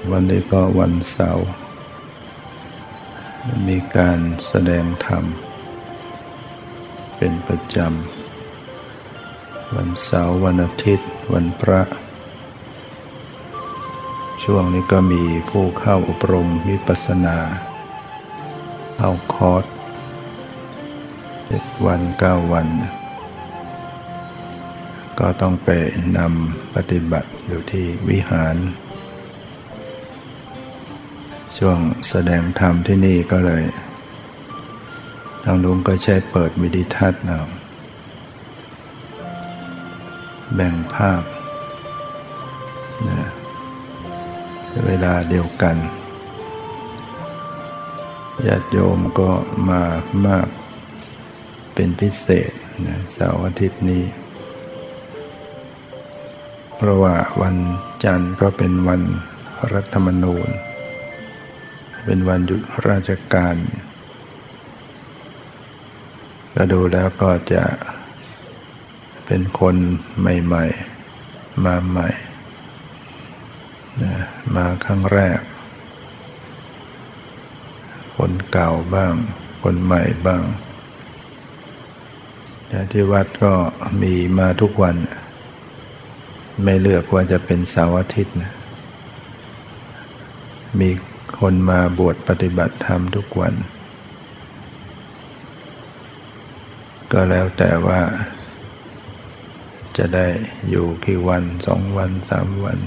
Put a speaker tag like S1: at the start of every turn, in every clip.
S1: วันนี้ก็วันเสาร์มีการแสดงธรรมเป็นประจำวันเสาร์วันอาทิตย์วันพระช่วงนี้ก็มีผู้เข้าอบรมวิปัสสนาเข้าคอร์ส7 วัน 9 วันก็ต้องไปนำปฏิบัติอยู่ที่วิหารช่วงแสดงธรรมที่นี่ก็เลยทางลุงก็ใช้เปิดวิดีทัศน์เอาแบ่งภาพนะเวลาเดียวกันญาติโยมก็มามากเป็นพิเศษนะเสาร์อาทิตย์นี้เพราะว่าวันจันทร์ก็เป็นวันรัฐธรรมนูญเป็นวันหยุดราชการก็ดูแล้วก็จะเป็นคนใหม่ๆมาใหม่มาครั้งแรกคนเก่าบ้างคนใหม่บ้างแต่ที่วัดก็มีมาทุกวันไม่เลือกว่าจะเป็นเสาร์อาทิตย์นะมีคนมาบวชปฏิบัติธรรมทุกวันก็แล้วแต่ว่าจะได้อยู่กี่วัน2 วัน3 วัน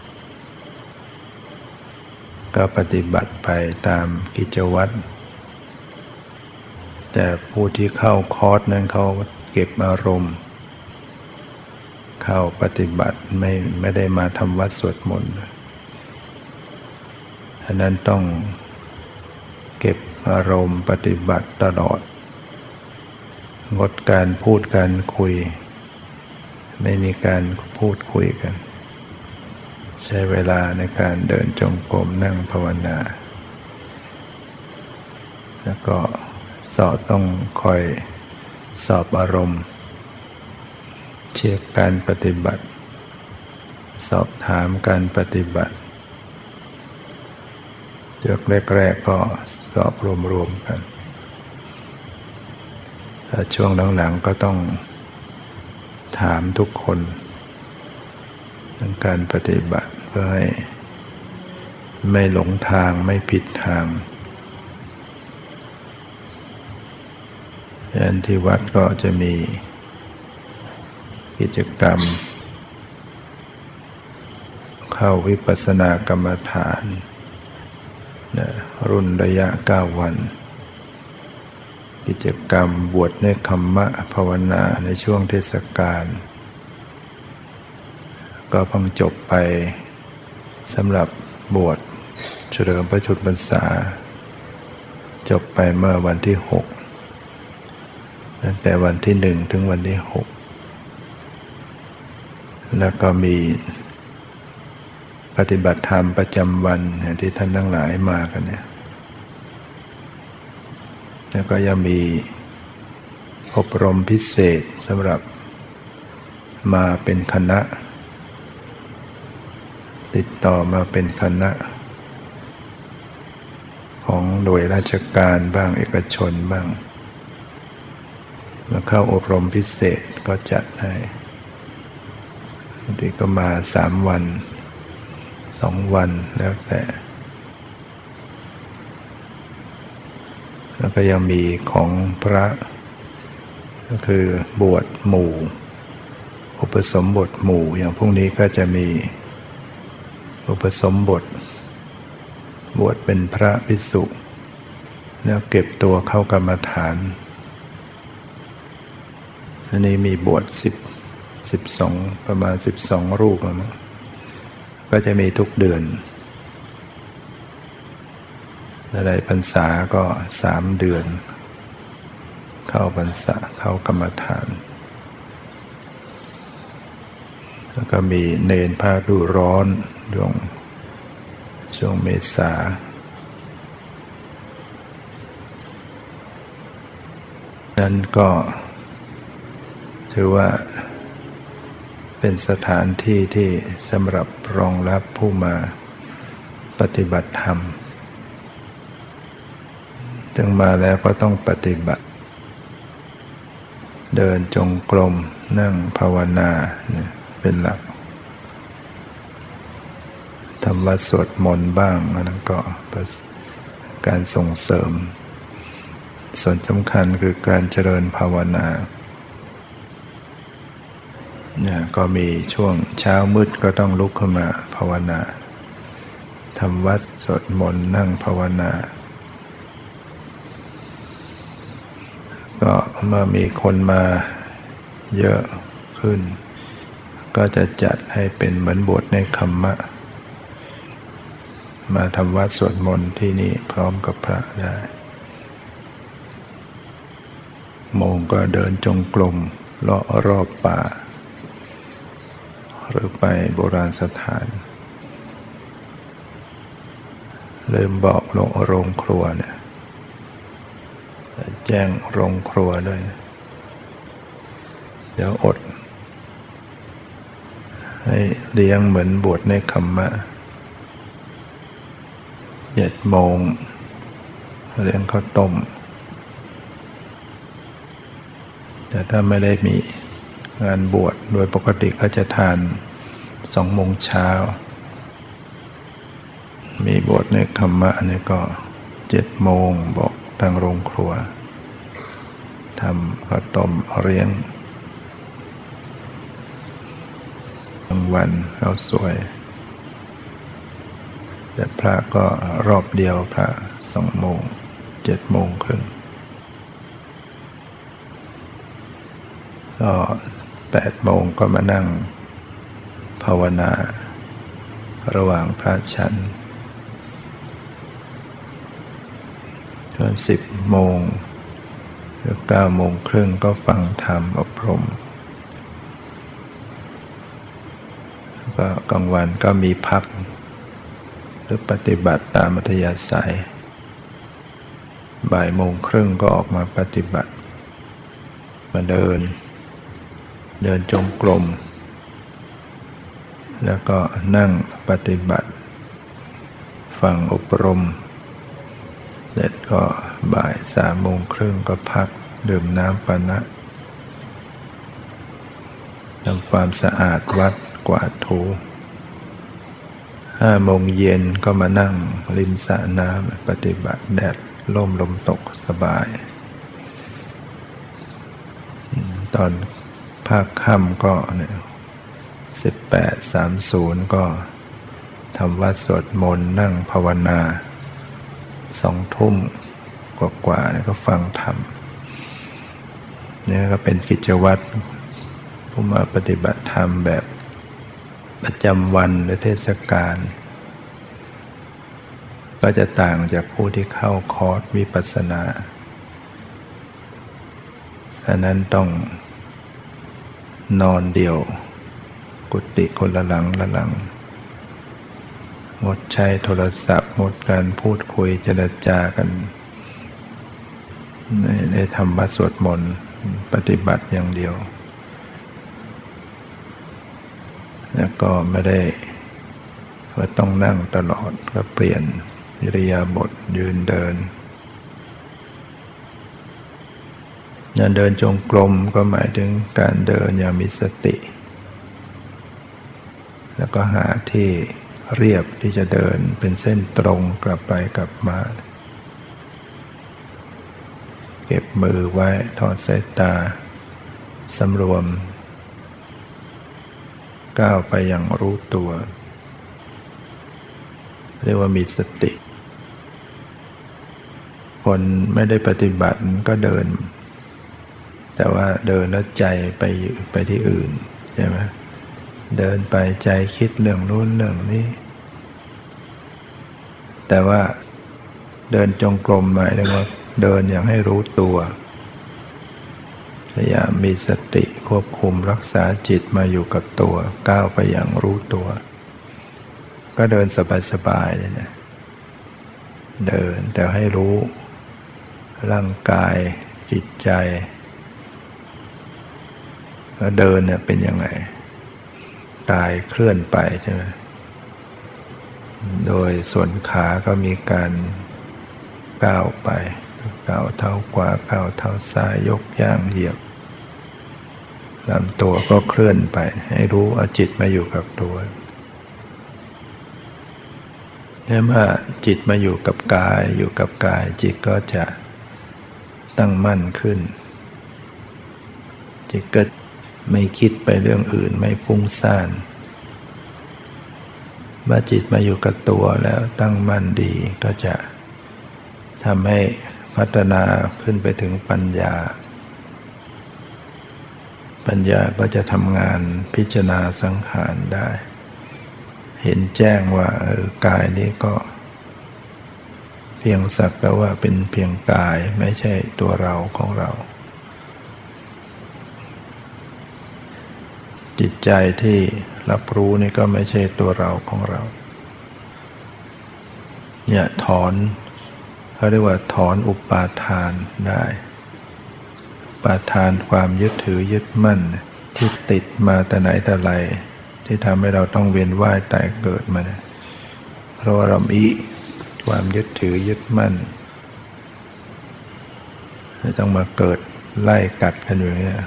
S1: ก็ปฏิบัติไปตามกิจวัตรแต่ผู้ที่เข้าคอร์สนั้นเขาเก็บอารมณ์เข้าปฏิบัติไม่ได้มาทำวัดสวดมนต์ฉะนั้นต้องเก็บอารมณ์ปฏิบัติตลอดงดการพูดการคุยไม่มีการพูดคุยกันใช้เวลาในการเดินจงกรมนั่งภาวนาแล้วก็ต้องคอยสอบอารมณ์เช็คการปฏิบัติสอบถามการปฏิบัติเลือกแรกๆก็สอบรวมๆกันแต่ช่วงหลังๆก็ต้องถามทุกคนเรื่องการปฏิบัติเพื่อให้ไม่หลงทางไม่ผิดทางอย่างที่วัดก็จะมีกิจกรรมเข้าวิปัสสนากรรมฐานรุ่นระยะ9 วันกิจกรรมบวชเนกขัมมะภาวนาในช่วงเทศกาลก็เพิ่งจบไปสำหรับบวชเฉลิมพระชนมพรรษาจบไปเมื่อวันที่6ตั้งแต่วันที่1ถึงวันที่6แล้วก็มีปฏิบัติธรรมประจำวันที่ท่านทั้งหลายมากันเนี่ยแล้วก็ยังมีอบรมพิเศษสำหรับมาเป็นคณะติดต่อมาเป็นคณะของโดยราชการบ้างเอกชนบ้างมาเข้าอบรมพิเศษก็จัดให้บางทีก็มา3 วัน2 วันแล้วแต่แล้วก็ยังมีของพระก็คือบวชหมู่อุปสมบทหมู่อย่างพวกนี้ก็จะมีอุปสมบทบวชเป็นพระภิกษุแล้วเก็บตัวเข้ากรรมฐานอันนี้มีบวช12ประมาณ12 รูปนะก็จะมีทุกเดือนในพรรษาก็3 เดือนเข้าพรรษาเข้ากรรมฐานแล้วก็มีเณรภาคฤดูร้อนช่วงเมษานั้นก็ถือว่าเป็นสถานที่ที่สำหรับรองรับผู้มาปฏิบัติธรรมถึงมาแล้วก็ต้องปฏิบัติเดินจงกรมนั่งภาวนาเป็นหลักทำวัดสวดมนต์บ้างอันนั้นก็เป็นการส่งเสริมส่วนสำคัญคือการเจริญภาวนาเนี่ยก็มีช่วงเช้ามืดก็ต้องลุกขึ้นมาภาวนาทำวัดสวดมนต์นั่งภาวนาก็เมื่อมีคนมาเยอะขึ้นก็จะจัดให้เป็นเหมือนบวชในคัมมะมาทำวัดสวดมนต์ที่นี่พร้อมกับพระได้โมงก็เดินจงกรมเลาะรอบป่าหรือไปโบราณสถานเริ่มบอกโรงครัวเนี่ยแจ้งโรงครัวด้วยเดี๋ยวอดให้เลี้ยงเหมือนบวชในคัมมะ7 โมงเลี้ยงข้าวต้มแต่ถ้าไม่ได้มีงานบวชโดยปกติเขาจะทาน2 โมงเช้ามีบวชในคัมมะนี่ก็7 โมงบอกทางโรงครัวทำข้าวต้มเลี้ยงกลางวันข้าวสวยแต่พระก็รอบเดียวพระ2 โมง7 โมงครึ่งก็8 โมงก็มานั่งภาวนาระหว่างพระฉันจน10 โมงหรือ9 โมงครึ่งก็ฟังธรรมอบรมก็กลางวันก็มีพักหรือปฏิบัติตามอัธยาศัยบ่าย 1 โมงครึ่งก็ออกมาปฏิบัติมาเดินจงกรมแล้วก็นั่งปฏิบัติฟังอบรมเสร็จก็บ่าย 3 โมงครึ่งก็พักดื่มน้ำปานะทำความสะอาดวัดกวาดถู5 โมงเย็นก็มานั่งริมสระน้ำปฏิบัติแดดร่มลมตกสบายตอนภาคค่ำก็เนี่ย18:30ก็ทำวัดสวดมนต์นั่งภาวนา2 ทุ่มกว่าๆก็ฟังธรรมนี่ก็เป็นกิจวัตรผู้มาปฏิบัติธรรมแบบประจำวันหรือเทศกาลก็จะต่างจากผู้ที่เข้าคอร์สวิปัสสนาอันนั้นต้องนอนเดี่ยวกุฏิคนละหลังงดใช้โทรศัพท์งดการพูดคุยเจรจากันในธรรมะสวดมนต์ปฏิบัติอย่างเดียวแล้วก็ไม่ได้ว่าต้องนั่งตลอดก็เปลี่ยนอิริยาบถยืนเดินเดินจงกรมก็หมายถึงการเดินอย่างมีสติแล้วก็หาที่เรียบที่จะเดินเป็นเส้นตรงกลับไปกลับมาเก็บมือไว้ทอดสายตาสำรวมก้าวไปอย่างรู้ตัวเรียกว่ามีสติคนไม่ได้ปฏิบัติก็เดินแต่ว่าเดินแล้วใจไปที่อื่นใช่ไหมเดินไปใจคิดเรื่องนู้นเรื่องนี้แต่ว่าเดินจงกรมหมายถึงว่าเดินอย่างให้รู้ตัวพยายามมีสติควบคุมรักษาจิตมาอยู่กับตัวก้าวไปอย่างรู้ตัวก็เดินสบายๆเลยนะเดินแต่ให้รู้ร่างกายจิตใจแล้วเดินเนี่ยเป็นยังไงกายเคลื่อนไปใช่ไหมโดยส่วนขาก็มีการก้าวไปก้าวเท้าขวาก้าวเท้าซ้ายยกย่างเหยียบลำตัวก็เคลื่อนไปให้รู้เอาจิตมาอยู่กับตัวเมื่อจิตมาอยู่กับกายอยู่กับกายจิตก็จะตั้งมั่นขึ้นจิตก็ไม่คิดไปเรื่องอื่นไม่ฟุ้งซ่านเมื่อจิตมาอยู่กับตัวแล้วตั้งมั่นดีก็จะทำให้พัฒนาขึ้นไปถึงปัญญาก็จะทำงานพิจารณาสังขารได้เห็นแจ้งว่ากายนี้ก็เพียงสักแต่ว่าเป็นเพียงกายไม่ใช่ตัวเราของเราจิตใจที่รับรู้นี่ก็ไม่ใช่ตัวเราของเราเนี่ยถอนเขาเรียกว่าถอนอุปาทานได้อุปาทานความยึดถือยึดมั่นที่ติดมาแต่ไหนแต่ไรที่ทำให้เราต้องเวียนว่ายตายเกิดมาเนี่ยเพราะว่าเรามีความยึดถือยึดมั่นต้องมาเกิดไล่กัดกันอยู่เนี่ย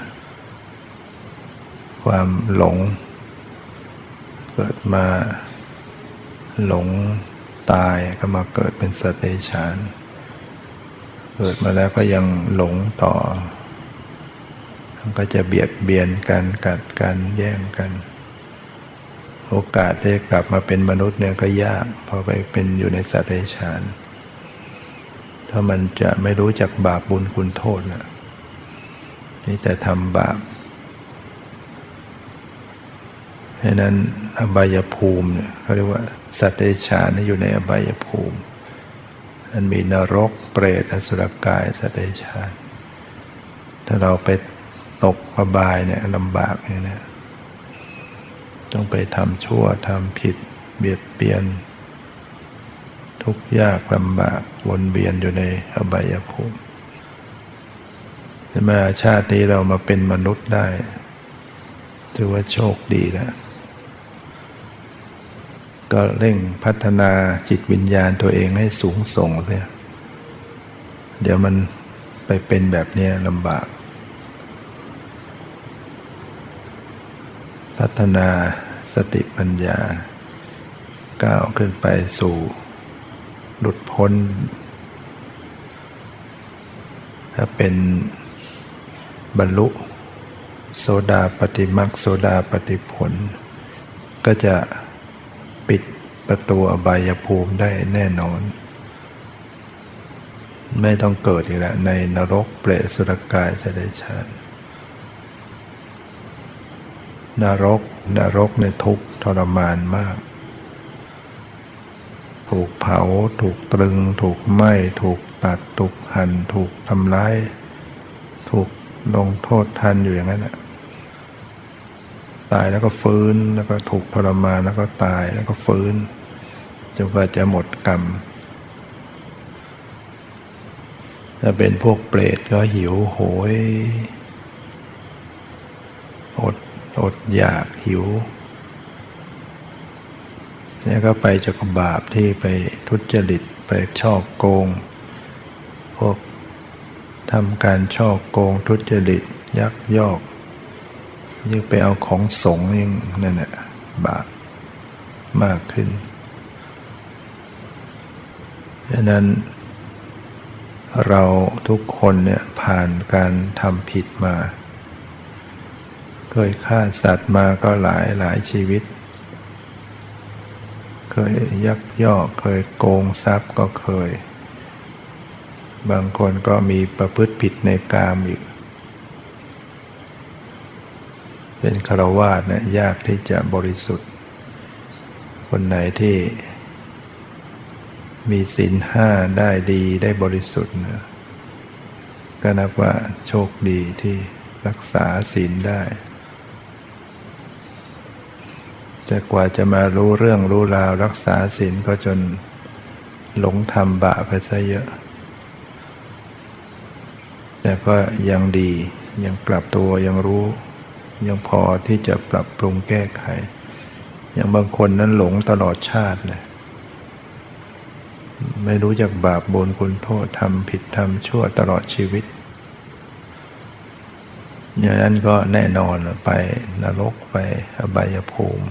S1: ความหลงเกิดมาหลงตายก็มาเกิดเป็นสัตว์เดรัจฉานเกิดมาแล้วก็ยังหลงต่อมันก็จะเบียดเบียนกันกัดกันแย่งกันโอกาสที่จะกลับมาเป็นมนุษย์เนี่ยก็ยากพอไปเป็นอยู่ในสัตว์เดรัจฉานถ้ามันจะไม่รู้จักบาปบุญคุณโทษนะนี่แต่ทำบาปเพราะนั้นอบายภูมิเนี่ยเขาเรียกว่าสัตว์เดรัจฉานอยู่ในอบายภูมิมันมีนรกเปรตอสุรกายสัตว์เดรัจฉานถ้าเราไปตกอบายเนี่ยลำบากเนี่ยต้องไปทำชั่วทำผิดเบียดเบียนทุกข์ยากลำบากวนเวียนอยู่ในอบายภูมิแต่มาชาตินี้เรามาเป็นมนุษย์ได้ถือว่าโชคดีแล้วก็เร่งพัฒนาจิตวิญญาณตัวเองให้สูงส่งเลยเดี๋ยวมันไปเป็นแบบนี้ลำบากพัฒนาสติปัญญาก้าวขึ้นไปสู่หลุดพ้นถ้าเป็นบรรลุโสดาปัตติมรรคโสดาปัตติผลก็จะปิดประตูอบายภูมิได้แน่นอนไม่ต้องเกิดอีกแล้วในนรกเปรตอสุรกายสัตว์เดรัจฉานนรกในทุกข์ทรมานมากถูกเผาถูกตรึงถูกไหม้ถูกตัดถูกหั่นถูกทำร้ายถูกลงโทษทันอยู่อย่างนั้นน่ะตายแล้วก็ฟื้นแล้วก็ถูกทรมานแล้วก็ตายแล้วก็ฟื้นจนกว่าจะหมดกรรมถ้าเป็นพวกเปรตก็หิวโหยอดอยากหิวเนี่ยก็ไปจากบาปที่ไปทุจริตไปฉ้อโกงพวกทำการฉ้อโกงทุจริตยักยอกยิ่งไปเอาของสงฆ์ยิ่งนั่นแหละบาปมากขึ้นดังนั้นเราทุกคนเนี่ยผ่านการทำผิดมาเคยฆ่าสัตว์มาก็หลายชีวิตเคยยักยอกเคยโกงทรัพย์ก็เคยบางคนก็มีประพฤติผิดในกามอีกเป็นฆราวาสเนี่ยยากที่จะบริสุทธิ์คนไหนที่มีศีลห้าได้ดีได้บริสุทธิ์นะก็นับว่าโชคดีที่รักษาศีลได้แต่กว่าจะมารู้เรื่องรู้ราวรักษาศีลก็จนหลงทำบาปไปซะเยอะแต่ก็ยังดียังปรับตัวยังรู้ยังพอที่จะปรับปรุงแก้ไขอย่างบางคนนั้นหลงตลอดชาติเลยไม่รู้จักบาปบุญคุณโทษทำผิดทำชั่วตลอดชีวิตอย่างนั้นก็แน่นอนไปนรกไปอบายภูมิ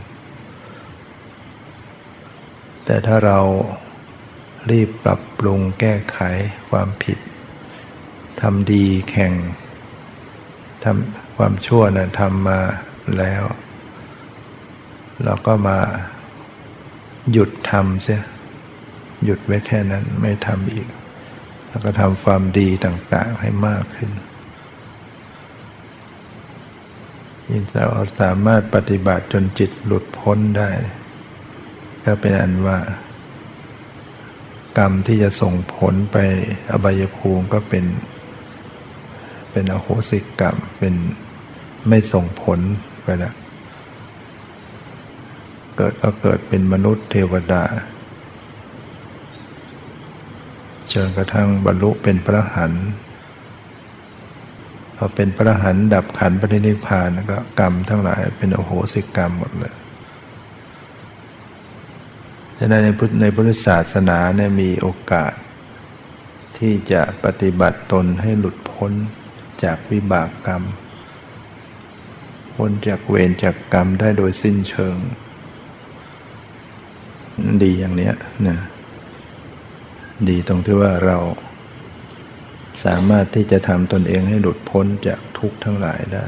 S1: แต่ถ้าเรารีบปรับปรุงแก้ไขความผิดทำดีแข่งทำความชั่วนะทำมาแล้วเราก็มาหยุดทำเสียหยุดไว้แค่นั้นไม่ทำอีกแล้วก็ทำความดีต่างๆให้มากขึ้นยิ่งเราสามารถปฏิบัติจนจิตหลุดพ้นได้ก็เป็นอันว่ากรรมที่จะส่งผลไปอบายภูมิก็เป็นอโหสิกรรมเป็นไม่ส่งผลไปแล้วเกิดก็เกิดเป็นมนุษย์เทวดาจนกระทั่งบรรลุเป็นพระอรหันต์พอเป็นพระอรหันต์ดับขันธ์ปรินิพพานก็กรรมทั้งหลายเป็นอโหสิกรรมหมดเลยฉะนั้นในพุทธศาสนาเนี่ยมีโอกาสที่จะปฏิบัติตนให้หลุดพ้นจากวิบากกรรมพ้นจากเวรจากกรรมได้โดยสิ้นเชิงดีอย่างเนี้ยนะดีตรงที่ว่าเราสามารถที่จะทำตนเองให้หลุดพ้นจากทุกข์ทั้งหลายได้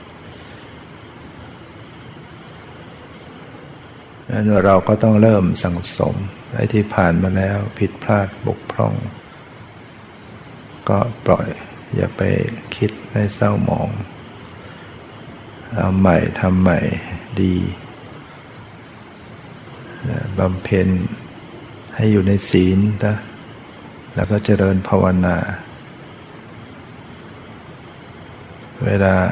S1: ดังนั้นเราก็ต้องเริ่มสั่งสมไอ้ที่ผ่านมาแล้วผิดพลาดบกพร่องก็ปล่อยอย่าไปคิดให้เศร้าหมองเอาใหม่ทำใหม่ดีบำเพ็ญให้อยู่ในศีลนะแล้วก็เจริญภาวนาเวลา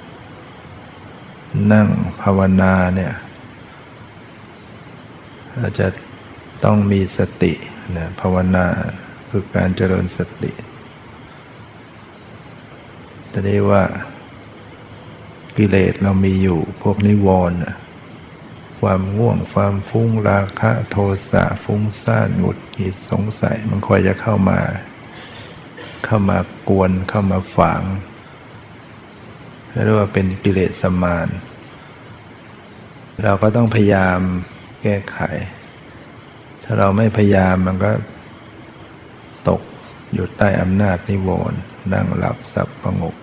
S1: นั่งภาวนาเนี่ยเราจะต้องมีสตินะภาวนาคือการเจริญสติจะได้ว่ากิเลสเรามีอยู่พวกนิวรณ์ความง่วงความฟุ้งราคะโทสะฟุ้งซ่านหงุดหงิดสงสัยมันคอยจะเข้ามากวนเข้ามาฝังเรียกว่าเป็นกิเลสมารเราก็ต้องพยายามแก้ไขถ้าเราไม่พยายามมันก็ตกอยู่ใต้อำนาจนิวรณ์นั่งหลับสับประงก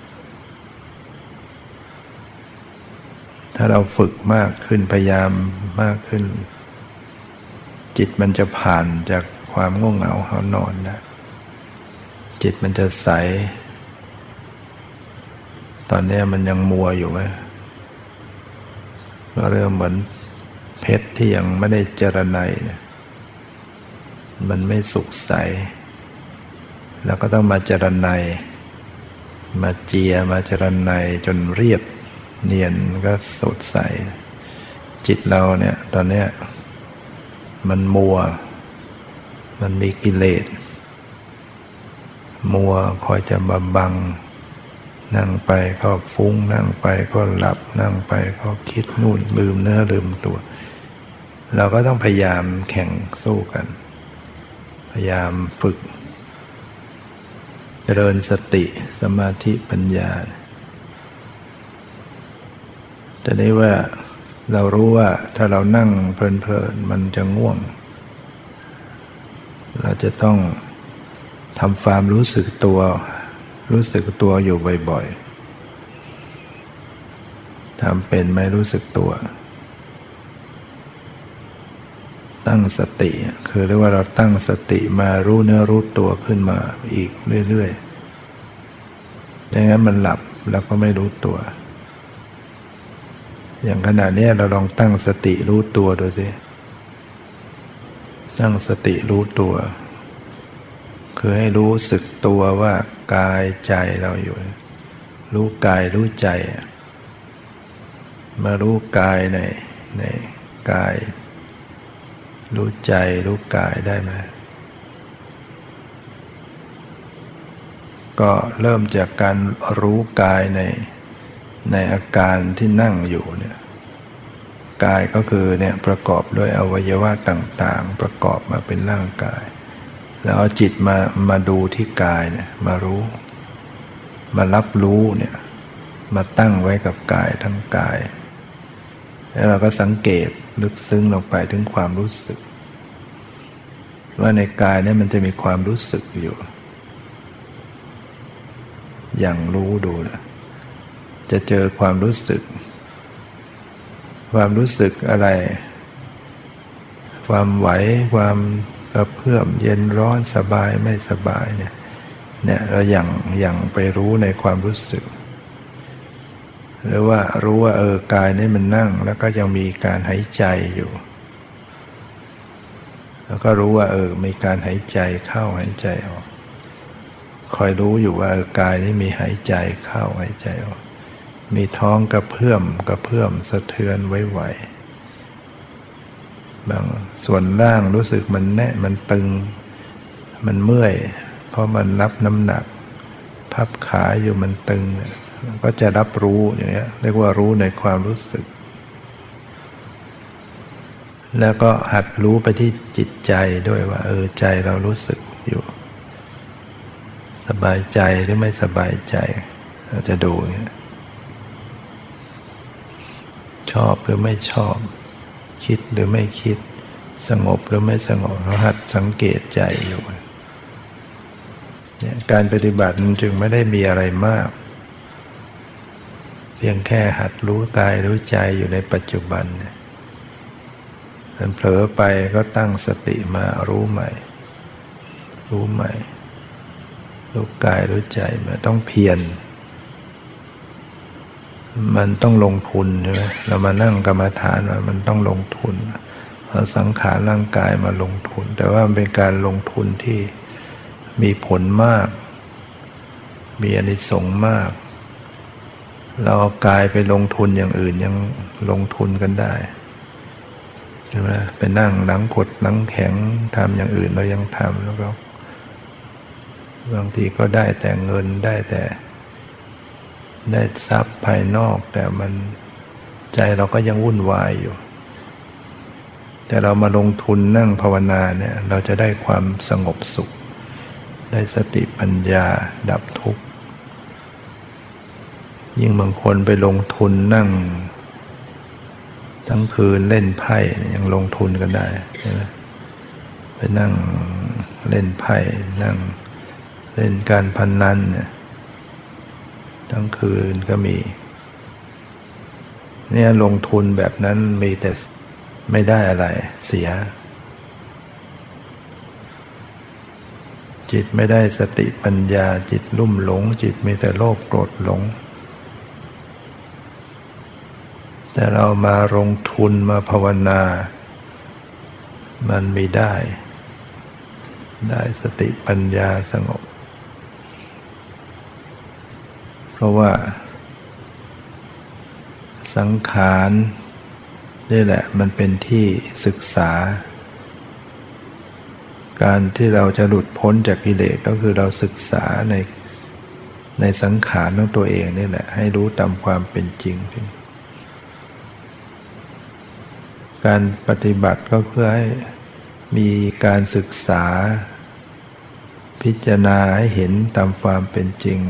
S1: ถ้าเราฝึกมากขึ้นพยายามมากขึ้นจิตมันจะผ่านจากความง่วงเหงาหานอนนะจิตมันจะใสตอนนี้มันยังมัวอยู่ไหมก็เริ่มเหมือนเพชรที่ยังไม่ได้เจรไนนะมันไม่สุกใสแล้วก็ต้องมาเจรไนมาเจียมาเจรไนจนเรียบเนียนก็สดใสจิตเราเนี่ยตอนนี้มันมัวมันมีกิเลสมัวคอยจะมาบังนั่งไปก็ฟุ้งนั่งไปก็หลับนั่งไปก็คิดนู่นลืมเนื้อลืมตัวเราก็ต้องพยายามแข่งสู้กันพยายามฝึกเจริญสติสมาธิปัญญาแต่ได้ว่าเรารู้ว่าถ้าเรานั่งเพลินๆมันจะง่วงเราจะต้องทำความรู้สึกตัวอยู่บ่อยๆทำเป็นไม่รู้สึกตัวตั้งสติคือเรียกว่าเราตั้งสติมารู้เนื้อรู้ตัวขึ้นมาอีกเรื่อยๆอย่างนั้นมันหลับแล้วก็ไม่รู้ตัวอย่างขณะนี้เราลองตั้งสติรู้ตัวดูสิตั้งสติรู้ตัวคือให้รู้สึกตัวว่ากายใจเราอยู่รู้กายรู้ใจมารู้กายในกายรู้ใจรู้กายได้ไหมก็เริ่มจากการรู้กายในอาการที่นั่งอยู่เนี่ยกายก็คือเนี่ยประกอบด้วยอวัยวะต่างๆประกอบมาเป็นร่างกายแล้วเอาจิตมาดูที่กายเนี่ยมารู้มารับรู้เนี่ยมาตั้งไว้กับกายทั้งกายแล้วเราก็สังเกตลึกซึ้งลงไปถึงความรู้สึกว่าในกายเนี่ยมันจะมีความรู้สึกอยู่อย่างรู้ดูนะจะเจอความรู้สึกอะไรความไหวความกระเพื่อมเย็นร้อนสบายไม่สบายเนี่ยเราอย่างไปรู้ในความรู้สึกหรือว่ารู้ว่ากายนี่มันนั่งแล้วก็ยังมีการหายใจอยู่แล้วก็รู้ว่ามีการหายใจเข้าหายใจออกคอยรู้อยู่ว่ากายนี่มีหายใจเข้าหายใจออกมีท้องกระเพื่อมสะเทือนไหวบางส่วนล่างรู้สึกมันแน่นมันตึงมันเมื่อยเพราะมันรับน้ำหนักพับขาอยู่มันตึงก็จะรับรู้อย่างเงี้ยเรียกว่ารู้ในความรู้สึกแล้วก็หัดรู้ไปที่จิตใจด้วยว่าใจเรารู้สึกอยู่สบายใจหรือไม่สบายใจเราจะดูอย่างเงี้ยชอบหรือไม่ชอบคิดหรือไม่คิดสงบหรือไม่สงบเราหัดสังเกตใจอยู่เนี่ยการปฏิบัติมันจึงไม่ได้มีอะไรมากเพียงแค่หัดรู้กายรู้ใจอยู่ในปัจจุบันมันเผลอไปก็ตั้งสติมารู้ใหม่รู้กายรู้ใจมันต้องเพียรมันต้องลงทุนใช่ไหมเรามานั่งกรรมฐานมันต้องลงทุนเอาสังขารร่างกายมาลงทุนแต่ว่ามันเป็นการลงทุนที่มีผลมากมีอานิสงส์มากเราเอากายไปลงทุนอย่างอื่นยังลงทุนกันได้ใช่ไหมไปนั่งหลังกดหลังแข็งทำอย่างอื่นเรายังทำแล้วก็บางทีก็ได้แต่เงินได้ทรัพย์ภายนอกแต่มันใจเราก็ยังวุ่นวายอยู่แต่เรามาลงทุนนั่งภาวนาเนี่ยเราจะได้ความสงบสุขได้สติปัญญาดับทุกข์ยิ่งบางคนไปลงทุนนั่งทั้งคืนเล่นไพ่ยังลงทุนกันได้ใช่ไหมไปนั่งเล่นไพ่นั่งเล่นการพนันเนี่ยทั้งคืนก็มีเนี่ยลงทุนแบบนั้นมีแต่ไม่ได้อะไรเสียจิตไม่ได้สติปัญญาจิตลุ่มหลงจิตมีแต่โลภโกรธหลงแต่เรามาลงทุนมาภาวนามันมีได้สติปัญญาสงบเพราะว่าสังขารนี่แหละมันเป็นที่ศึกษาการที่เราจะหลุดพ้นจากกิเลสก็คือเราศึกษาในสังขารของตัวเองนี่แหละให้รู้ตามความเป็นจริงการปฏิบัติก็เพื่อให้มีการศึกษาพิจารณาให้เห็นตามความเป็นจริง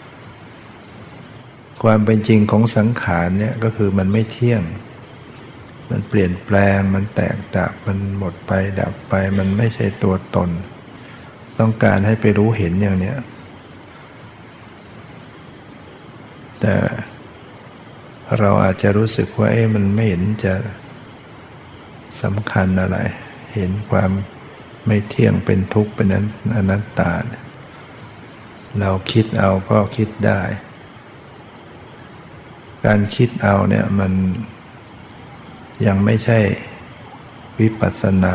S1: ความเป็นจริงของสังขารเนี่ยก็คือมันไม่เที่ยงมันเปลี่ยนแปลงมันแตกดับมันหมดไปดับไปมันไม่ใช่ตัวตนต้องการให้ไปรู้เห็นอย่างเนี้ยแต่เราอาจจะรู้สึกว่ามันไม่เห็นจะสำคัญอะไรเห็นความไม่เที่ยงเป็นทุกข์เป็นอนัตตาเราคิดเอาก็คิดได้การคิดเอาเนี่ยมันยังไม่ใช่วิปัสสนา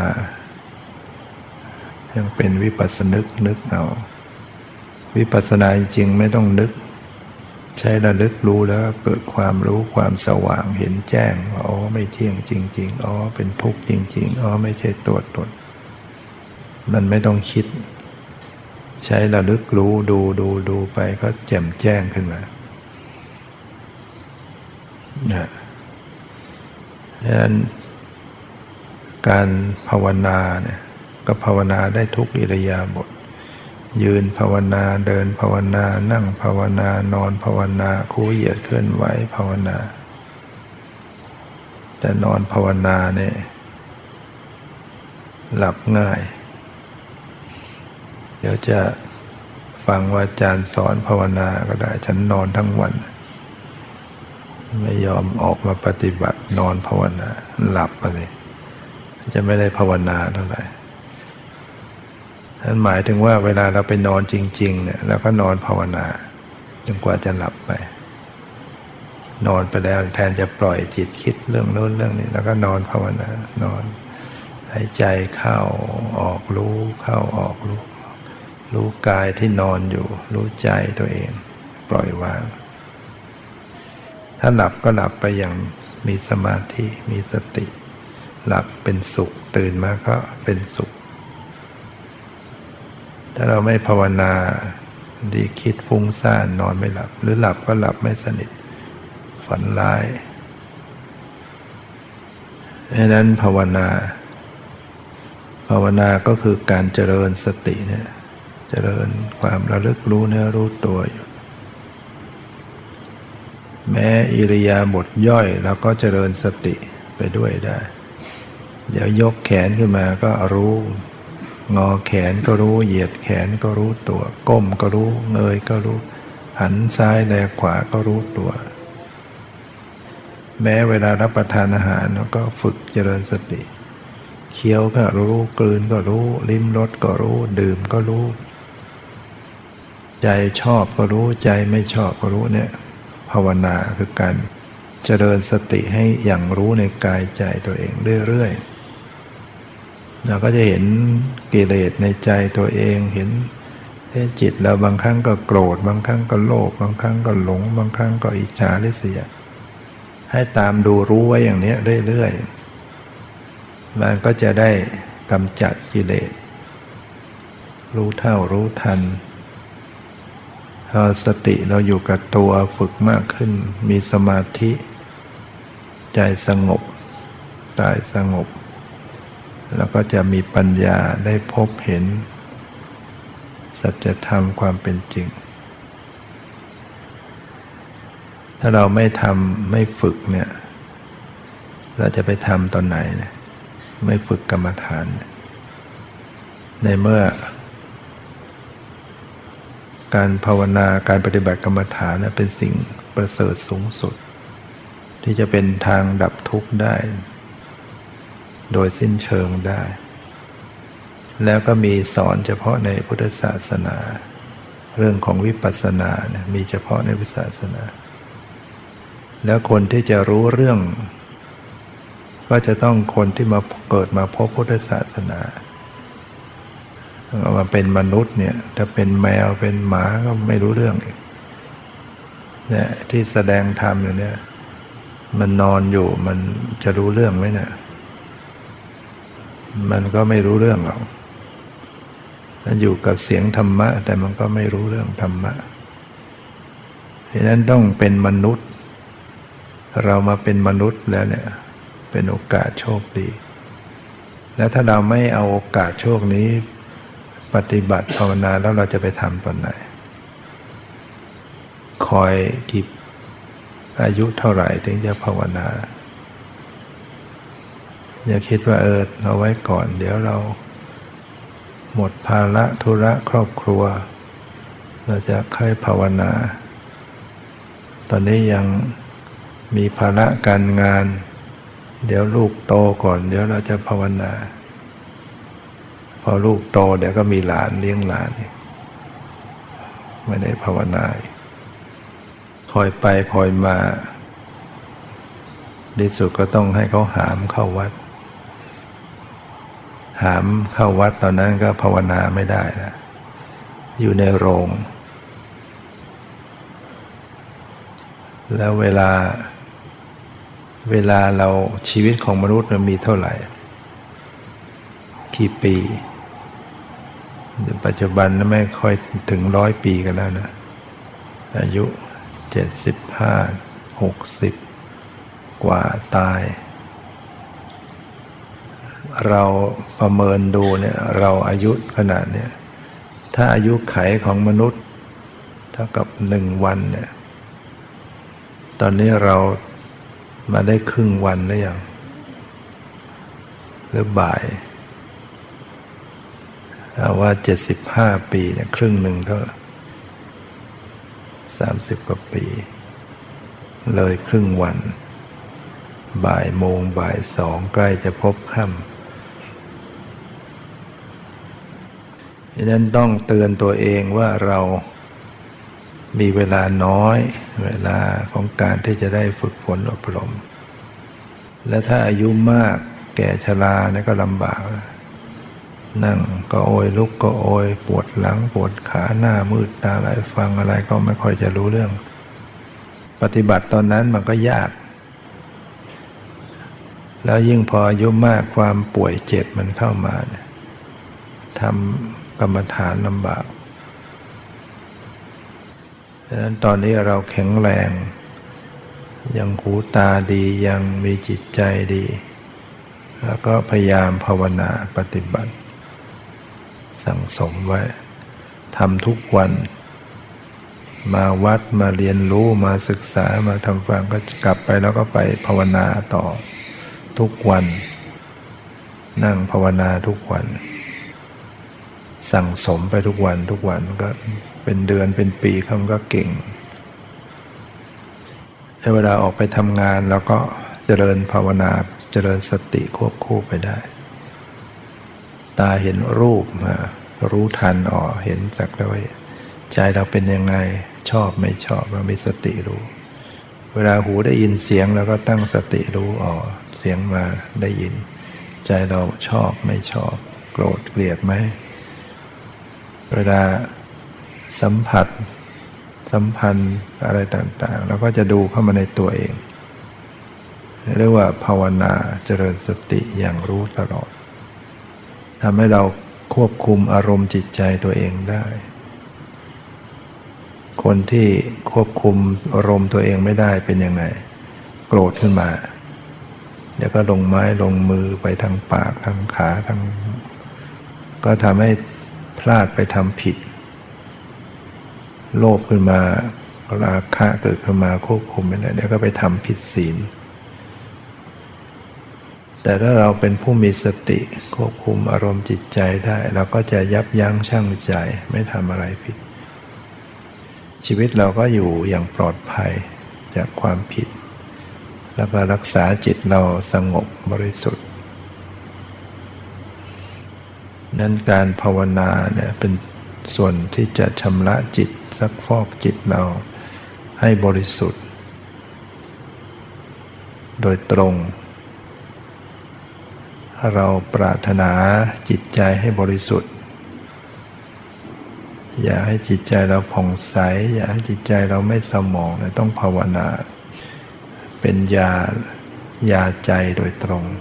S1: ยังเป็นวิปัสสนึกเอาวิปัสสนาจริงๆไม่ต้องนึกใช้ระลึกรู้แล้วเกิดความรู้ความสว่างเห็นแจ้งว่าอ๋อไม่เที่ยงจริงๆอ๋อเป็นทุกข์จริงๆอ๋อไม่ใช่ตัวตนมันไม่ต้องคิดใช้ระลึกรู้ดูไปก็แจ่มแจ้งขึ้นมาดังนั้นการภาวนาเนี่ยก็ภาวนาได้ทุกอิริยาบถยืนภาวนาเดินภาวนานั่งภาวนานอนภาวนาคู่เหยียดเคลื่อนไหวภาวนาแต่นอนภาวนาเนี่ยหลับง่ายเดี๋ยวจะฟังว่าอาจารย์สอนภาวนาก็ได้ฉันนอนทั้งวันไม่ยอมออกมาปฏิบัตินอนภาวนาหลับไปเลยจะไม่ได้ภาวนาเท่าไหร่นั่นหมายถึงว่าเวลาเราไปนอนจริงๆเนี่ยเราก็นอนภาวนาจนกว่าจะหลับไปนอนไปแล้วแทนจะปล่อยจิตคิดเรื่องโน้นเรื่องนี้แล้วก็นอนภาวนานอนหายใจเข้าออกรู้เข้าออกรู้กายที่นอนอยู่รู้ใจตัวเองปล่อยวางถ้าหลับก็หลับไปอย่างมีสมาธิมีสติหลับเป็นสุขตื่นมาก็เป็นสุขถ้าเราไม่ภาวนาดีคิดฟุ้งซ่านนอนไม่หลับหรือหลับก็หลับไม่สนิทฝันร้ายดังนั้นภาวนาก็คือการเจริญสติเนี่ยเจริญความระลึกรู้เนื้อรู้ตัวอยู่แม้อิริยาบถย่อยเราก็เจริญสติไปด้วยได้เดี๋ยวยกแขนขึ้นมาก็รู้งอแขนก็รู้เหยียดแขนก็รู้ตัวก้มก็รู้เงยก็รู้หันซ้ายแลขวาก็รู้ตัวแม้เวลารับประทานอาหารเราก็ฝึกเจริญสติเคี้ยวก็รู้กลืนก็รู้ลิ้มรสก็รู้ดื่มก็รู้ใจชอบก็รู้ใจไม่ชอบก็รู้เนี่ยภาวนาคือการเจริญสติให้อย่างรู้ในกายใจตัวเองเรื่อยๆเราก็จะเห็นกิเลสในใจตัวเองเห็นจิตแล้วบางครั้งก็โกรธบางครั้งก็โลภบางครั้งก็หลงบางครั้งก็อิจฉาริษยาให้ตามดูรู้ไว้อย่างนี้เรื่อยๆมันก็จะได้กำจัดกิเลสรู้เท่ารู้ทันพอสติเราอยู่กับตัวฝึกมากขึ้นมีสมาธิใจสงบกายสงบแล้วก็จะมีปัญญาได้พบเห็นสัจธรรมความเป็นจริงถ้าเราไม่ทำไม่ฝึกเนี่ยเราจะไปทำตอนไหนเนี่ยไม่ฝึกกรรมฐานในเมื่อการภาวนาการปฏิบัติกรรมฐานเป็นสิ่งประเสริฐสูงสุดที่จะเป็นทางดับทุกข์ได้โดยสิ้นเชิงได้แล้วก็มีสอนเฉพาะในพุทธศาสนาเรื่องของวิปัสสนาเนี่ยมีเฉพาะในพุทธศาสนาแล้วคนที่จะรู้เรื่องก็จะต้องคนที่มาเกิดมาพบพุทธศาสนามาเป็นมนุษย์เนี่ยถ้าเป็นแมวเป็นหมาก็ไม่รู้เรื่องอีกเนี่ยที่แสดงธรรมอยู่เนี่ยมันนอนอยู่มันจะรู้เรื่องไหมเนี่ยมันก็ไม่รู้เรื่องหรอกมันอยู่กับเสียงธรรมะแต่มันก็ไม่รู้เรื่องธรรมะเพราะฉะนั้นต้องเป็นมนุษย์เรามาเป็นมนุษย์แล้วเนี่ยเป็นโอกาสโชคดีแล้วถ้าเราไม่เอาโอกาสโชคนี้ปฏิบัติภาวนาแล้วเราจะไปทำตอนไหนคอยกี่อายุเท่าไหร่ถึงจะภาวนาอย่าคิดว่าเอาไว้ก่อนเดี๋ยวเราหมดภาระธุระครอบครัวเราจะค่อยภาวนาตอนนี้ยังมีภาระการงานเดี๋ยวลูกโตก่อนเดี๋ยวเราจะภาวนาพอลูกโตเดี๋ยวก็มีหลานเลี้ยงหลานไม่ได้ภาวนาคอยไปคอยมาที่สุดก็ต้องให้เขาหามเข้าวัดหามเข้าวัดตอนนั้นก็ภาวนาไม่ได้นะอยู่ในโรงแล้วเวลาเราชีวิตของมนุษย์มันมีเท่าไหร่กี่ปีปัจจุบันไม่ค่อยถึง100 ปีกันแล้วนะอายุ75 60กว่าตายเราประเมินดูเนี่ยเราอายุขนาดเนี่ยถ้าอายุไขของมนุษย์เท่ากับ1 วันเนี่ยตอนนี้เรามาได้ครึ่งวันหรือยังหรือบ่ายเอาว่า75 ปีเนี่ยครึ่งหนึ่งเท่า30 กว่าปีเลยครึ่งวันบ่ายโมงบ่ายสองใกล้จะพบค่ำดังนั้นต้องเตือนตัวเองว่าเรามีเวลาน้อยเวลาของการที่จะได้ฝึกฝนอบรมและถ้าอายุมากแก่ชราเนี่ยก็ลำบากนั่งก็โอยลุกก็โอยปวดหลังปวดขาหน้ามืดตาไหลฟังอะไรก็ไม่ค่อยจะรู้เรื่องปฏิบัติตอนนั้นมันก็ยากแล้วยิ่งพออายุมากความป่วยเจ็บมันเข้ามาเนี่ยทำกรรมฐานลำบากดังนั้นตอนนี้เราแข็งแรงยังหูตาดียังมีจิตใจดีแล้วก็พยายามภาวนาปฏิบัติสั่งสมไว้ทำทุกวันมาวัดมาเรียนรู้มาศึกษามาทำฟังก็กลับไปแล้วก็ไปภาวนาต่อทุกวันนั่งภาวนาทุกวันสั่งสมไปทุกวันก็เป็นเดือนเป็นปีเขาก็เก่งเวลาออกไปทำงานแล้วก็เจริญภาวนาเจริญสติควบคู่ไปได้ตาเห็นรูปรู้ทันเห็นจากแล้วใจเราเป็นยังไงชอบไม่ชอบเรามีสติรู้เวลาหูได้ยินเสียงแล้วก็ตั้งสติรู้เสียงมาได้ยินใจเราชอบไม่ชอบโกรธเกลียดไหมเวลาสัมผัสสัมพันธ์อะไรต่างๆเราก็จะดูเข้ามาในตัวเองเรียกว่าภาวนาเจริญสติอย่างรู้ตลอดทำให้เราควบคุมอารมณ์จิตใจตัวเองได้คนที่ควบคุมอารมณ์ตัวเองไม่ได้เป็นยังไงโกรธขึ้นมาเดี๋ยวก็ลงไม้ลงมือไปทางปากทางขาทางก็ทำให้พลาดไปทำผิดโลภขึ้นมาราคะเกิดขึ้นมาควบคุมไม่ได้เดี๋ยวก็ไปทำผิดศีลแต่ถ้าเราเป็นผู้มีสติควบคุมอารมณ์จิตใจได้เราก็จะยับยั้งชั่งใจไม่ทำอะไรผิดชีวิตเราก็อยู่อย่างปลอดภัยจากความผิดแล้วก็รักษาจิตเราสงบบริสุทธิ์นั้นการภาวนาเนี่ยเป็นส่วนที่จะชำระจิตซักฟอกจิตเราให้บริสุทธิ์โดยตรงเราปรารถนาจิตใจให้บริสุทธิ์อย่าให้จิตใจเราผ่องใสอย่าให้จิตใจเราไม่เศร้าหมองต้องภาวนาเป็นยาใจโดยตรง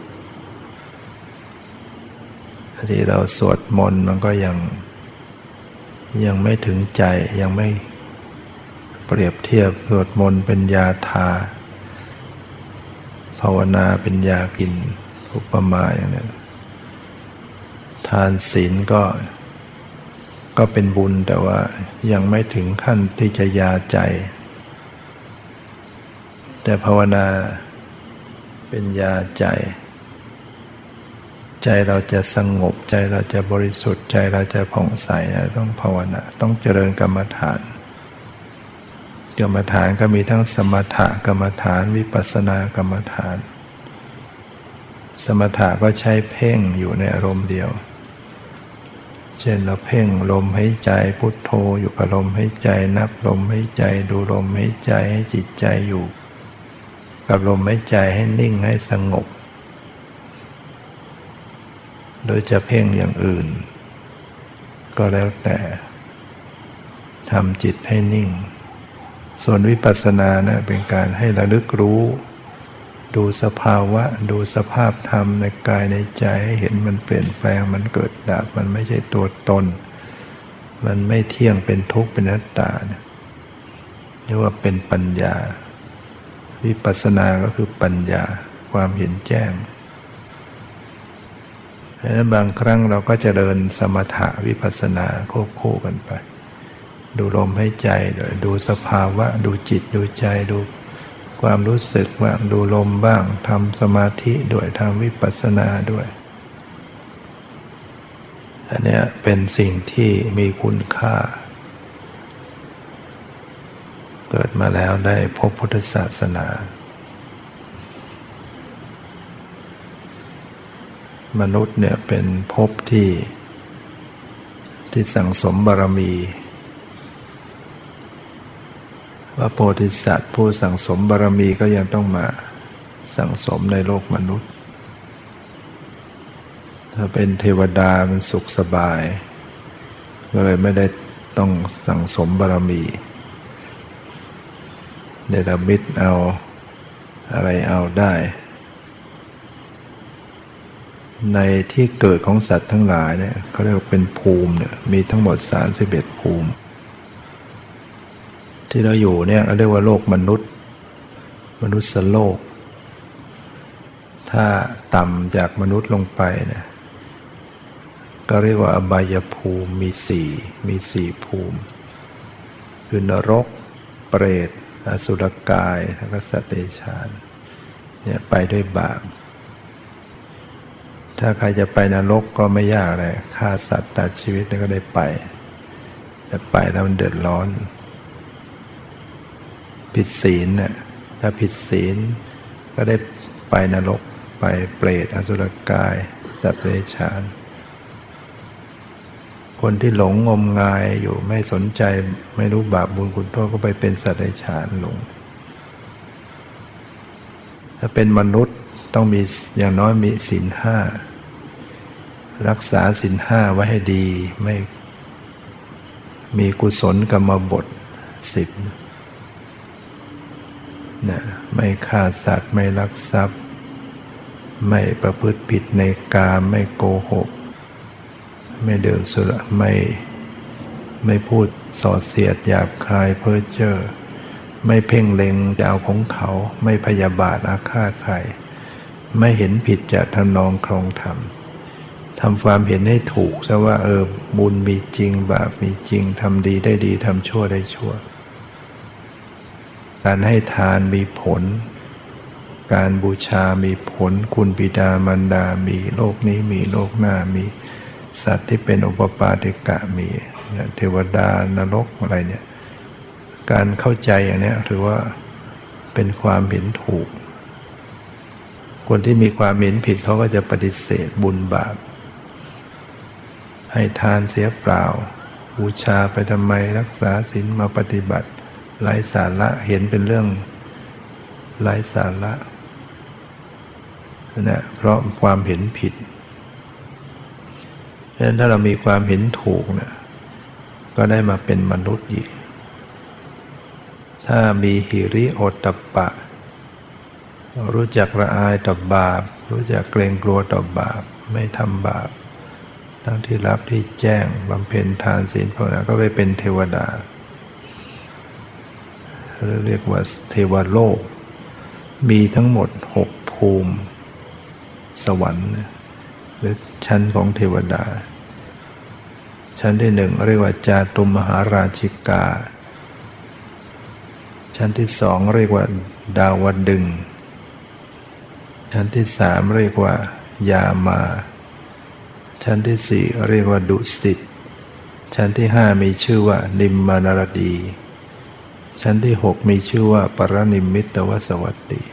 S1: ที่เราสวดมนต์มันก็ยังไม่ถึงใจยังไม่เปรียบเทียบสวดมนต์เป็นยาทาภาวนาเป็นยากินอุปมาอย่างนี้ทานศีลก็เป็นบุญแต่ว่ายังไม่ถึงขั้นที่จะยาใจแต่ภาวนาเป็นยาใจใจเราจะสงบใจเราจะบริสุทธิ์ใจเราจะผ่องใสต้องภาวนาต้องเจริญกรรมฐานก็มีทั้งสมถกรรมฐานวิปัสสนากรรมฐานสมถะก็ใช้เพ่งอยู่ในอารมณ์เดียวเช่นเราเพ่งลมหายใจพุทโธอยู่กับลมหายใจนับลมหายใจดูลมหายใจให้จิตใจอยู่กับลมหายใจให้นิ่งให้สงบโดยจะเพ่งอย่างอื่นก็แล้วแต่ทำจิตให้นิ่งส่วนวิปัสสนานะเป็นการให้ระลึกรู้ดูสภาวะดูสภาพธรรมในกายในใจให้เห็นมันเปลี่ยนแปลงมันเกิดดับมันไม่ใช่ตัวตนมันไม่เที่ยงเป็นทุกข์เป็นอนัตตาเรียกว่าเป็นปัญญาวิปัสสนาก็คือปัญญาความเห็นแจ้งดังนั้นบางครั้งเราก็จะเดินสมถะวิปัสสนาควบคู่กันไปดูลมหายใจด้วยดูสภาวะดูจิตดูใจดูความรู้สึกบ้างดูลมบ้างทำสมาธิด้วยทำวิปัสสนาด้วยอันนี้เป็นสิ่งที่มีคุณค่าเกิดมาแล้วได้พบพุทธศาสนามนุษย์เนี่ยเป็นภพที่สั่งสมบารมีพระโพธิสัตว์ผู้สั่งสมบารมีก็ยังต้องมาสั่งสมในโลกมนุษย์ถ้าเป็นเทวดามันสุขสบายก็เลยไม่ได้ต้องสั่งสมบารมีเนรมิตเอาอะไรเอาได้ในที่เกิดของสัตว์ทั้งหลายเนี่ยเขาเรียกว่าเป็นภูมิเนี่ยมีทั้งหมด31ภูมิที่เราอยู่เนี่ยเรียกว่าโลกมนุษย์มนุษย์โลกถ้าต่ำจากมนุษย์ลงไปเนี่ยก็เรียกว่าอบายภูมิมีสี่ภูมิคือนรกเปรตอสุรกายแล้วก็สัตว์เดรัจฉานเนี่ยไปด้วยบาปถ้าใครจะไปนรกก็ไม่ยากเลยฆ่าสัตว์ตัดชีวิตก็ได้ไปแต่ไปแล้วมันเดือดร้อนผิดศีลเนี่ยถ้าผิดศีลก็ได้ไปนรกไปเปรตอสุรกายสัตว์เดรัจฉานคนที่หลงงมงายอยู่ไม่สนใจไม่รู้บาปบุญคุณโทษก็ไปเป็นสัตว์เดรัจฉานหลงถ้าเป็นมนุษย์ต้องมีอย่างน้อยมีศีลห้ารักษาศีลห้าไว้ให้ดีไม่มีกุศลกรรมบท10นะไม่ฆ่าสัตว์ไม่ลักทรัพย์ไม่ประพฤติผิดในกามไม่โกหกไม่ดื่มสุราไม่พูดส่อเสียดหยาบคายเพ้อเจ้อไม่เพ่งเล็งจะเอาของเขาไม่พยาบาทอาฆาตใครไม่เห็นผิดจะทำนองครองธรรมทำความเห็นให้ถูกซะว่าบุญมีจริงบาปมีจริงทำดีได้ดีทำชั่วได้ชั่วการให้ทานมีผลการบูชามีผลคุณบิดามารดามีโลกนี้มีโลกหน้ามีสัตว์ที่เป็นอุปปาติกะมีเทวดานรกอะไรเนี่ยการเข้าใจอย่างนี้ถือว่าเป็นความเห็นถูกคนที่มีความเห็นผิดเขาก็จะปฏิเสธบุญบาปให้ทานเสียเปล่าบูชาไปทำไมรักษาศีลมาปฏิบัติไร้สาระเห็นเป็นเรื่องไร้สาระนะเพราะความเห็นผิดฉะนั้นถ้าเรามีความเห็นถูกเนี่ยก็ได้มาเป็นมนุษย์อีกถ้ามีหิริโอตตัปปะรู้จักละอายต่อบาปรู้จักเกรงกลัวต่อบาปไม่ทำบาปทั้งที่รับที่แจ้งบำเพ็ญทานศีลภาวนาก็ไปเป็นเทวดาเรียกว่าเทวโลกมีทั้งหมด6ภูมิสวรรค์หรือชั้นของเทวดาชั้นที่1เรียกว่าจาตุมมหาราชิกาชั้นที่2เรียกว่าดาวดึงส์ชั้นที่3เรียกว่ายามาชั้นที่4เรียกว่าดุสิตชั้นที่5มีชื่อว่านิมมานารดีชั้นที่6มีชื่อว่าปรนิมมิตวสวัตติ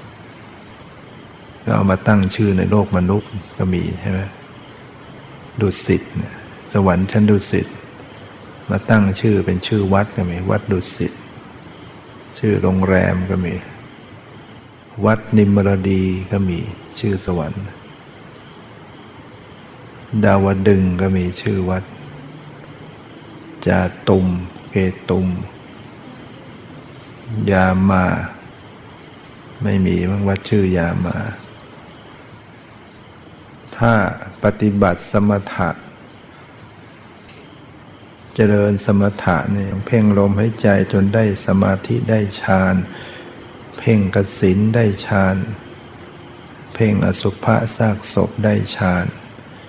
S1: ก็เอามาตั้งชื่อในโลกมนุษย์ก็มีใช่ไหมดุสิตสวรรค์ชั้นดุสิตมาตั้งชื่อเป็นชื่อวัดก็มีวัดดุสิตชื่อโรงแรมก็มีวัดนิมมารดีก็มีชื่อสวรรค์ดาวดึงส์ก็มีชื่อวัดจาตุมเกตุมยามาไม่มีมั้งวัดชื่อยามาถ้าปฏิบัติสมถะเจริญสมถะเนี่ยเพ่งลมหายใจจนได้สมาธิได้ฌานเพ่งกสิณได้ฌานเพ่งอสุภะซากศพได้ฌาน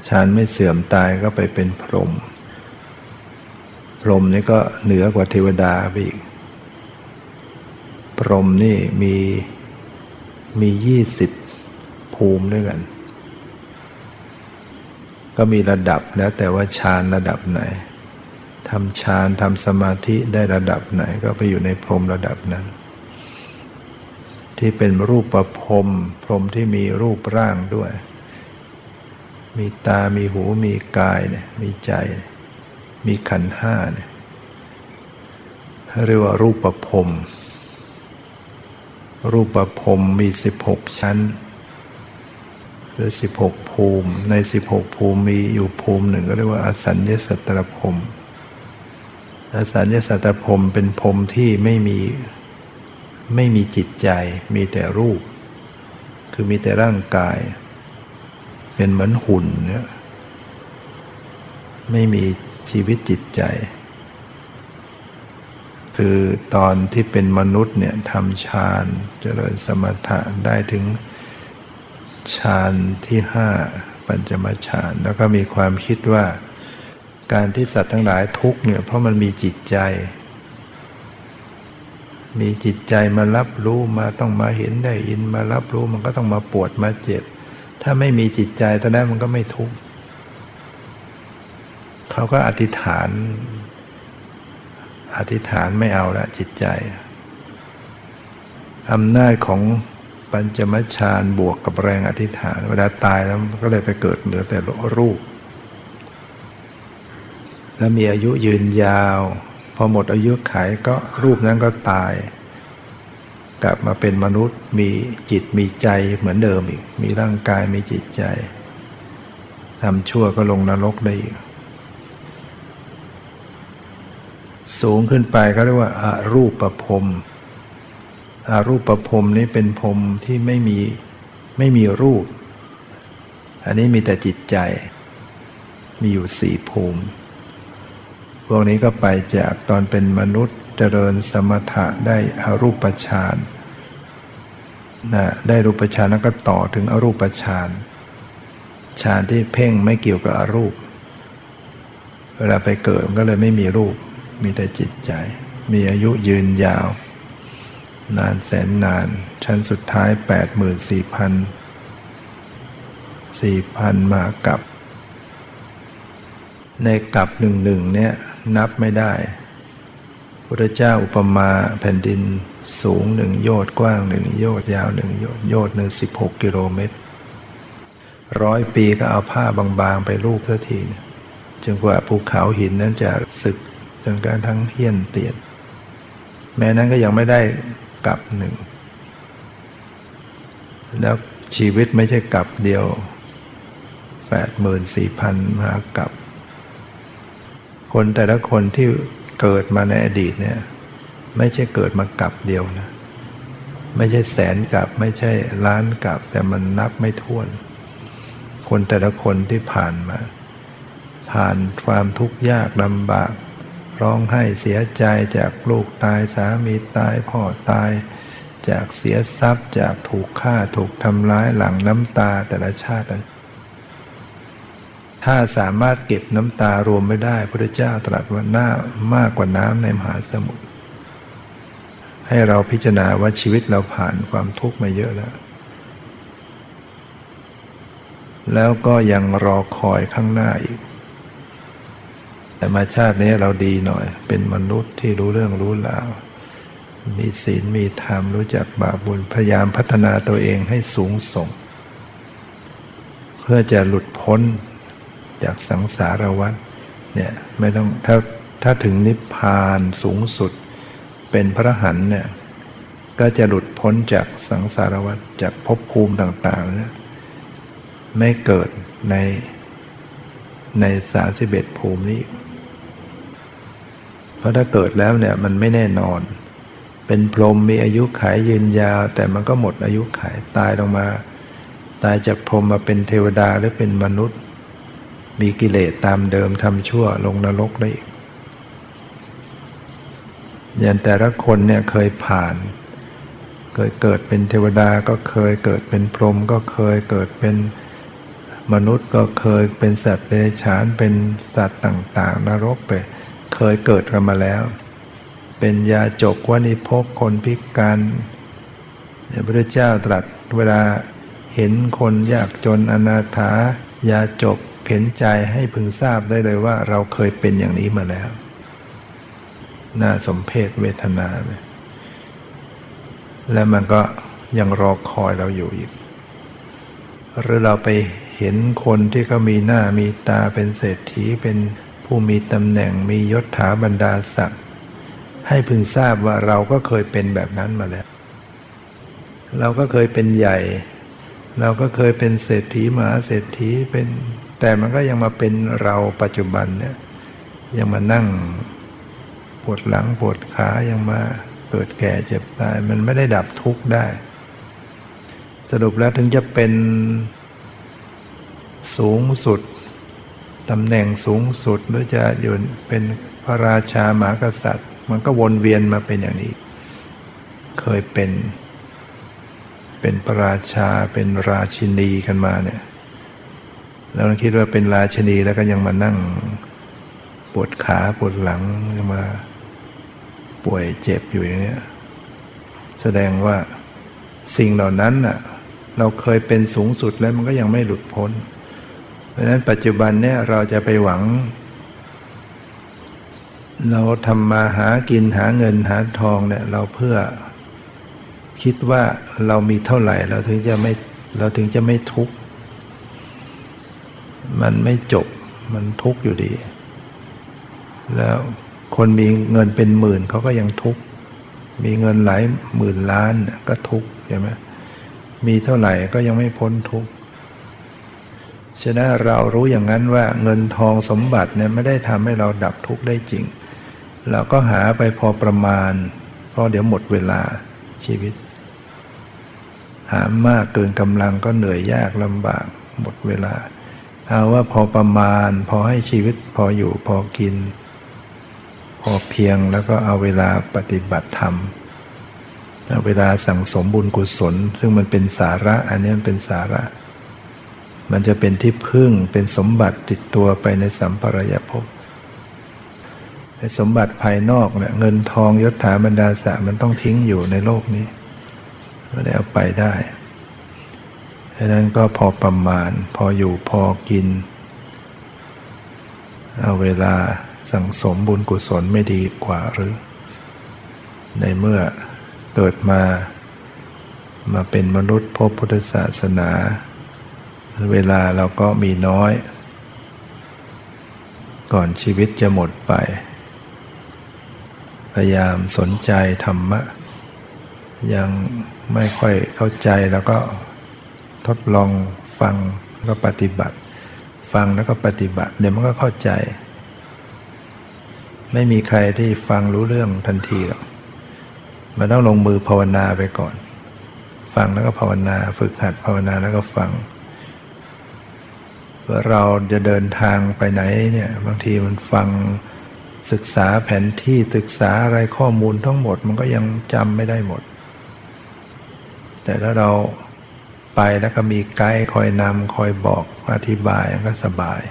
S1: ฌานไม่เสื่อมตายก็ไปเป็นพรหมพรหมนี่ก็เหนือกว่าเทวดาไปอีกพรหมนี่มี20ภูมิด้วยกันก็มีระดับแล้วแต่ว่าฌานระดับไหนทำฌานทำสมาธิได้ระดับไหนก็ไปอยู่ในพรหมระดับนั้นที่เป็นรูปประพรหมพรหมที่มีรูปร่างด้วยมีตามีหูมีกายเนี่ยมีใจมีขันธ์ห้าเนี่ยเรียกว่ารูปประพรหมรูปประพรหมมี16ชั้นหรือ16ภูมิใน16ภูมิมีอยู่ภูมิหนึ่งก็เรียกว่าอสัญญสัตตพรหมอสัญญสัตตพรหมเป็นพรหมที่ไม่มีจิตใจมีแต่รูปคือมีแต่ร่างกายเป็นเหมือนหุ่นเนี่ยไม่มีชีวิตจิตใจคือตอนที่เป็นมนุษย์เนี่ยทำฌานเจริญสมถะได้ถึงฌานที่5ปัญจมฌานแล้วก็มีความคิดว่าการที่สัตว์ทั้งหลายทุกข์เนี่ยเพราะมันมีจิตใจมีจิตใจมารับรู้มาต้องมาเห็นได้ยินมารับรู้มันก็ต้องมาปวดมาเจ็บถ้าไม่มีจิตใจตอนนั้นมันก็ไม่ทุกข์เขาก็อธิษฐานไม่เอาละจิตใจอำนาจของปัญจมฌานบวกกับแรงอธิษฐานเวลาตายแล้วก็เลยไปเกิดเหลือแต่รูปแล้วมีอายุยืนยาวพอหมดอายุขัยก็รูปนั้นก็ตายกลับมาเป็นมนุษย์มีจิตมีใจเหมือนเดิมอีกมีร่างกายมีจิตใจทำชั่วก็ลงนรกได้อีกสูงขึ้นไปเขาเรียกว่าอรูปพรหมอรูปพรหมนี้เป็นพรหมที่ไม่มีรูปอันนี้มีแต่จิตใจมีอยู่4ภูมิพวกนี้ก็ไปจากตอนเป็นมนุษย์เจริญสมถะได้อรูปฌานได้รูปฌานแล้วก็ต่อถึงอรูปฌานฌานที่เพ่งไม่เกี่ยวกับอรูปเวลาไปเกิดมันก็เลยไม่มีรูปมีแต่จิตใจมีอายุยืนยาวนานแสนนานชั้นสุดท้าย 84,000 มากับในกับหนึ่งเนี่ยนับไม่ได้พุทธเจ้าอุปมาแผ่นดินสูง1โยชน์กว้าง1โยชน์ยาว1โยชน์โยชน์หนึ่ง16 กิโลเมตร100 ปีก็เอาผ้าบางๆไปลูบสักทีจนกว่าภูเขาหินนั้นจะสึกจนกระทั่งเฮี้ยนเตียนแม้นั้นก็ยังไม่ได้กลับหนึ่งแล้วชีวิตไม่ใช่กลับเดียว 84,000 มากลับคนแต่ละคนที่เกิดมาในอดีตเนี่ยไม่ใช่เกิดมากลับเดียวนะไม่ใช่แสนกลับไม่ใช่ล้านกลับแต่มันนับไม่ถ้วนคนแต่ละคนที่ผ่านความทุกข์ยากลำบากร้องไห้เสียใจจากลูกตายสามีตายพ่อตายจากเสียทรัพย์จากถูกฆ่าถูกทำร้ายหลั่งน้ำตาแต่ละชาติถ้าสามารถเก็บน้ำตารวมไม่ได้พระพุทธเจ้าตรัสว่าน่ามากกว่าน้ำในมหาสมุทรให้เราพิจารณาว่าชีวิตเราผ่านความทุกข์มาเยอะแล้วก็ยังรอคอยข้างหน้าอีกแต่มาชาตินี้เราดีหน่อยเป็นมนุษย์ที่รู้เรื่องรู้ราวมีศีลมีธรรมรู้จักบาปบุญพยายามพัฒนาตัวเองให้สูงส่งเพื่อจะหลุดพ้นจากสังสารวัฏเนี่ยไม่ต้องถ้าถึงนิพพานสูงสุดเป็นพระอรหันต์เนี่ยก็จะหลุดพ้นจากสังสารวัฏจากภพภูมิต่างๆเนี่ยไม่เกิดใน31ภูมินี้เพราะถ้าเกิดแล้วเนี่ยมันไม่แน่นอนเป็นพรหมมีอายุขัยยืนยาวแต่มันก็หมดอายุขัยตายลงมาตายจากพรหมมาเป็นเทวดาหรือเป็นมนุษย์มีกิเลสตามเดิมทำชั่วลงนรกได้อีกอย่างแต่ละคนเนี่ยเคยผ่านเคยเกิดเป็นเทวดาก็เคยเกิดเป็นพรหมก็เคยเกิดเป็นมนุษย์ก็เคยเป็นสัตว์เดรัจฉานเป็นสัตว์ต่างๆนรกไปเคยเกิดกันมาแล้วเป็นยาจกวานิพกคนพิการพระพุทธเจ้าตรัสเวลาเห็นคนยากจนอนาถายาจกเข็นใจให้พึงทราบได้เลยว่าเราเคยเป็นอย่างนี้มาแล้วน่าสมเพชเวทนาเลยและมันก็ยังรอคอยเราอยู่อีกหรือเราไปเห็นคนที่เขามีหน้ามีตาเป็นเศรษฐีเป็นผู้มีตำแหน่งมียศถาบรรดาศักดิ์ให้พึงทราบว่าเราก็เคยเป็นแบบนั้นมาแล้วเราก็เคยเป็นใหญ่เราก็เคยเป็นเศรษฐีมหาเศรษฐีเป็นแต่มันก็ยังมาเป็นเราปัจจุบันเนี่ยยังมานั่งปวดหลังปวดขายังมาเกิดแก่เจ็บตายมันไม่ได้ดับทุกข์ได้สรุปแล้วถึงจะเป็นสูงสุดตำแหน่งสูงสุดหรือจะอยู่เป็นพระราชามหากษัตริย์มันก็วนเวียนมาเป็นอย่างนี้เคยเป็นพระราชาเป็นราชินีกันมาเนี่ยแล้วเราคิดว่าเป็นราชินีแล้วก็ยังมานั่งปวดขาปวดหลังยังมาป่วยเจ็บอยู่อย่างนี้แสดงว่าสิ่งเหล่านั้นน่ะเราเคยเป็นสูงสุดแล้วมันก็ยังไม่หลุดพ้นเพราะฉะนั้นปัจจุบันเนี่ยเราจะไปหวังเราทำมาหากินหาเงินหาทองเนี่ยเราเพื่อคิดว่าเรามีเท่าไหร่เราถึงจะไม่ทุกข์มันไม่จบมันทุกข์อยู่ดีแล้วคนมีเงินเป็นหมื่นเขาก็ยังทุกข์มีเงินหลายหมื่นล้านก็ทุกข์ใช่ไหมมีเท่าไหร่ก็ยังไม่พ้นทุกข์ฉะนั้นเรารู้อย่างนั้นว่าเงินทองสมบัติเนี่ยไม่ได้ทำให้เราดับทุกข์ได้จริงเราก็หาไปพอประมาณเพราะเดี๋ยวหมดเวลาชีวิตหามากเกินกำลังก็เหนื่อยยากลำบากหมดเวลาเอาว่าพอประมาณพอให้ชีวิตพออยู่พอกินพอเพียงแล้วก็เอาเวลาปฏิบัติธรรมเอาเวลาสั่งสมบุญกุศลซึ่งมันเป็นสาระอันนี้มันเป็นสาระมันจะเป็นที่พึ่งเป็นสมบัติติดตัวไปในสัมปรายภพสมบัติภายนอกเนี่ยเงินทองยศถาบรรดาศักดิ์มันต้องทิ้งอยู่ในโลกนี้ไม่ได้เอาไปได้ฉะนั้นก็พอประมาณพออยู่พอกินเอาเวลาสั่งสมบุญกุศลไม่ดีกว่าหรือในเมื่อเกิดมาเป็นมนุษย์พบพุทธศาสนาเวลาเราก็มีน้อยก่อนชีวิตจะหมดไปพยายามสนใจธรรมะยังไม่ค่อยเข้าใจแล้วก็ทดลองฟังแล้วก็ปฏิบัติฟังแล้วก็ปฏิบัติเดี๋ยวมันก็เข้าใจไม่มีใครที่ฟังรู้เรื่องทันทีหรอกมันต้องลงมือภาวนาไปก่อนฟังแล้วก็ภาวนาฝึกหัดภาวนาแล้วก็ฟังเพื่อเราจะเดินทางไปไหนเนี่ยบางทีมันฟังศึกษาแผนที่ศึกษาอะไรข้อมูลทั้งหมดมันก็ยังจำไม่ได้หมดแต่ถ้าเราไปแล้วก็มีไกด์คอยนำคอยบอกอธิบายก็สบาย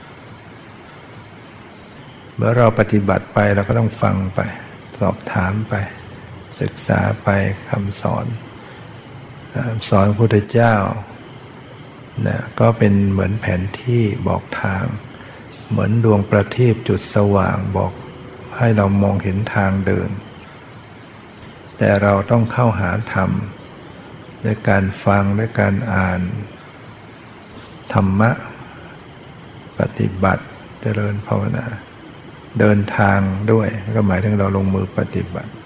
S1: เมื่อเราปฏิบัติไปเราก็ต้องฟังไปสอบถามไปศึกษาไปคำสอนพระพุทธเจ้านะก็เป็นเหมือนแผนที่บอกทางเหมือนดวงประทีปจุดสว่างบอกให้เรามองเห็นทางเดินแต่เราต้องเข้าหาธรรมด้วยการฟังด้วยการอ่านธรรมะปฏิบัติเจริญภาวนาเดินทางด้วยก็หมายถึงเราลงมือปฏิบัติ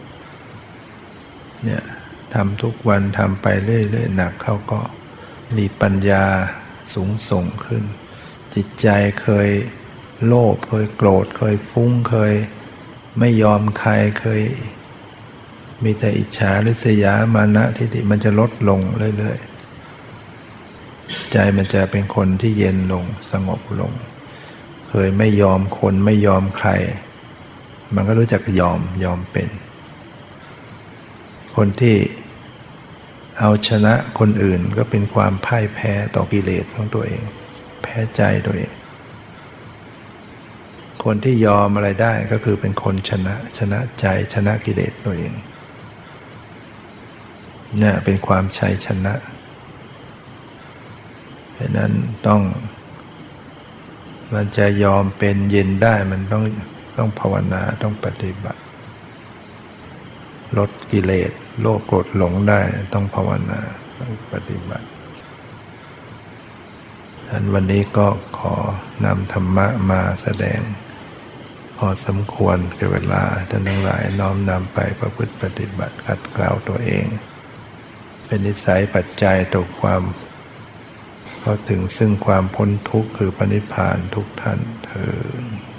S1: เนี่ยทำทุกวันทำไปเรื่อยๆหนักเข้าก็มีปัญญาสูงส่งขึ้นจิตใจเคยโลภเคยโกรธเคยฟุ้งเคยไม่ยอมใครเคยมีแต่อิจฉาริษยามานะทิฏฐิมันจะลดลงเรื่อยๆใจมันจะเป็นคนที่เย็นลงสงบลงเคยไม่ยอมคนไม่ยอมใครมันก็รู้จักยอมเป็นคนที่เอาชนะคนอื่นก็เป็นความพ่ายแพ้ต่อกิเลสของตัวเองแพ้ใจตัวเองคนที่ยอมอะไรได้ก็คือเป็นคนชนะใจชนะกิเลสตัวเองเนี่ยเป็นความชัยชนะเพราะนั้นมันจะยอมเป็นเย็นได้มันต้องภาวนาต้องปฏิบัติลดกิเลสโลภโกรธหลงได้ต้องภาวนาต้องปฏิบัติดังนั้นวันนี้ก็ขอนำธรรมะมาแสดงพอสมควรกับเวลาท่านทั้งหลายน้อมนำไปประพฤติปฏิบัติขัดเกลาตัวเองเป็นนิสัยปัจจัยต่อความเข้าถึงซึ่งความพ้นทุกข์คือพระนิพพานทุกท่านเทอญ